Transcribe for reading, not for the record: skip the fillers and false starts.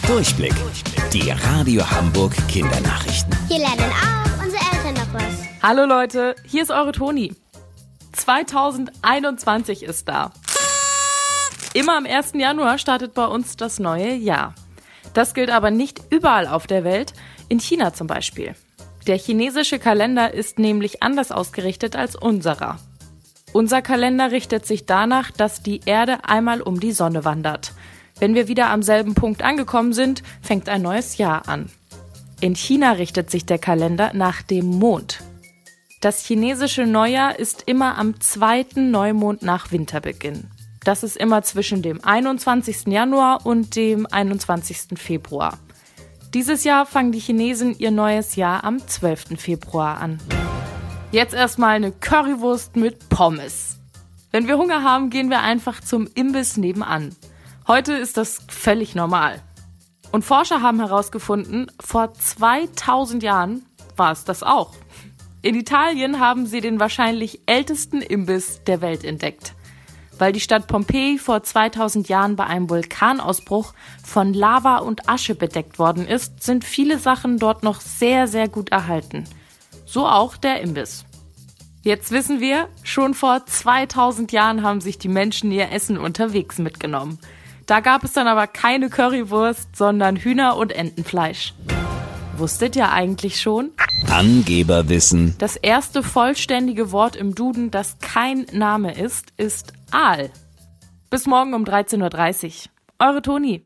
Durchblick. Die Radio Hamburg Kindernachrichten. Hier lernen auch unsere Eltern noch was. Hallo Leute, hier ist eure Toni. 2021 ist da. Immer am 1. Januar startet bei uns das neue Jahr. Das gilt aber nicht überall auf der Welt, in China zum Beispiel. Der chinesische Kalender ist nämlich anders ausgerichtet als unserer. Unser Kalender richtet sich danach, dass die Erde einmal um die Sonne wandert. Wenn wir wieder am selben Punkt angekommen sind, fängt ein neues Jahr an. In China richtet sich der Kalender nach dem Mond. Das chinesische Neujahr ist immer am 2. Neumond nach Winterbeginn. Das ist immer zwischen dem 21. Januar und dem 21. Februar. Dieses Jahr fangen die Chinesen ihr neues Jahr am 12. Februar an. Jetzt erstmal eine Currywurst mit Pommes. Wenn wir Hunger haben, gehen wir einfach zum Imbiss nebenan. Heute ist das völlig normal. Und Forscher haben herausgefunden, vor 2000 Jahren war es das auch. In Italien haben sie den wahrscheinlich ältesten Imbiss der Welt entdeckt. Weil die Stadt Pompeji vor 2000 Jahren bei einem Vulkanausbruch von Lava und Asche bedeckt worden ist, sind viele Sachen dort noch sehr, sehr gut erhalten. So auch der Imbiss. Jetzt wissen wir, schon vor 2000 Jahren haben sich die Menschen ihr Essen unterwegs mitgenommen. Da gab es dann aber keine Currywurst, sondern Hühner- und Entenfleisch. Wusstet ihr eigentlich schon? Angeberwissen. Das erste vollständige Wort im Duden, das kein Name ist Aal. Bis morgen um 13:30 Uhr. Eure Toni.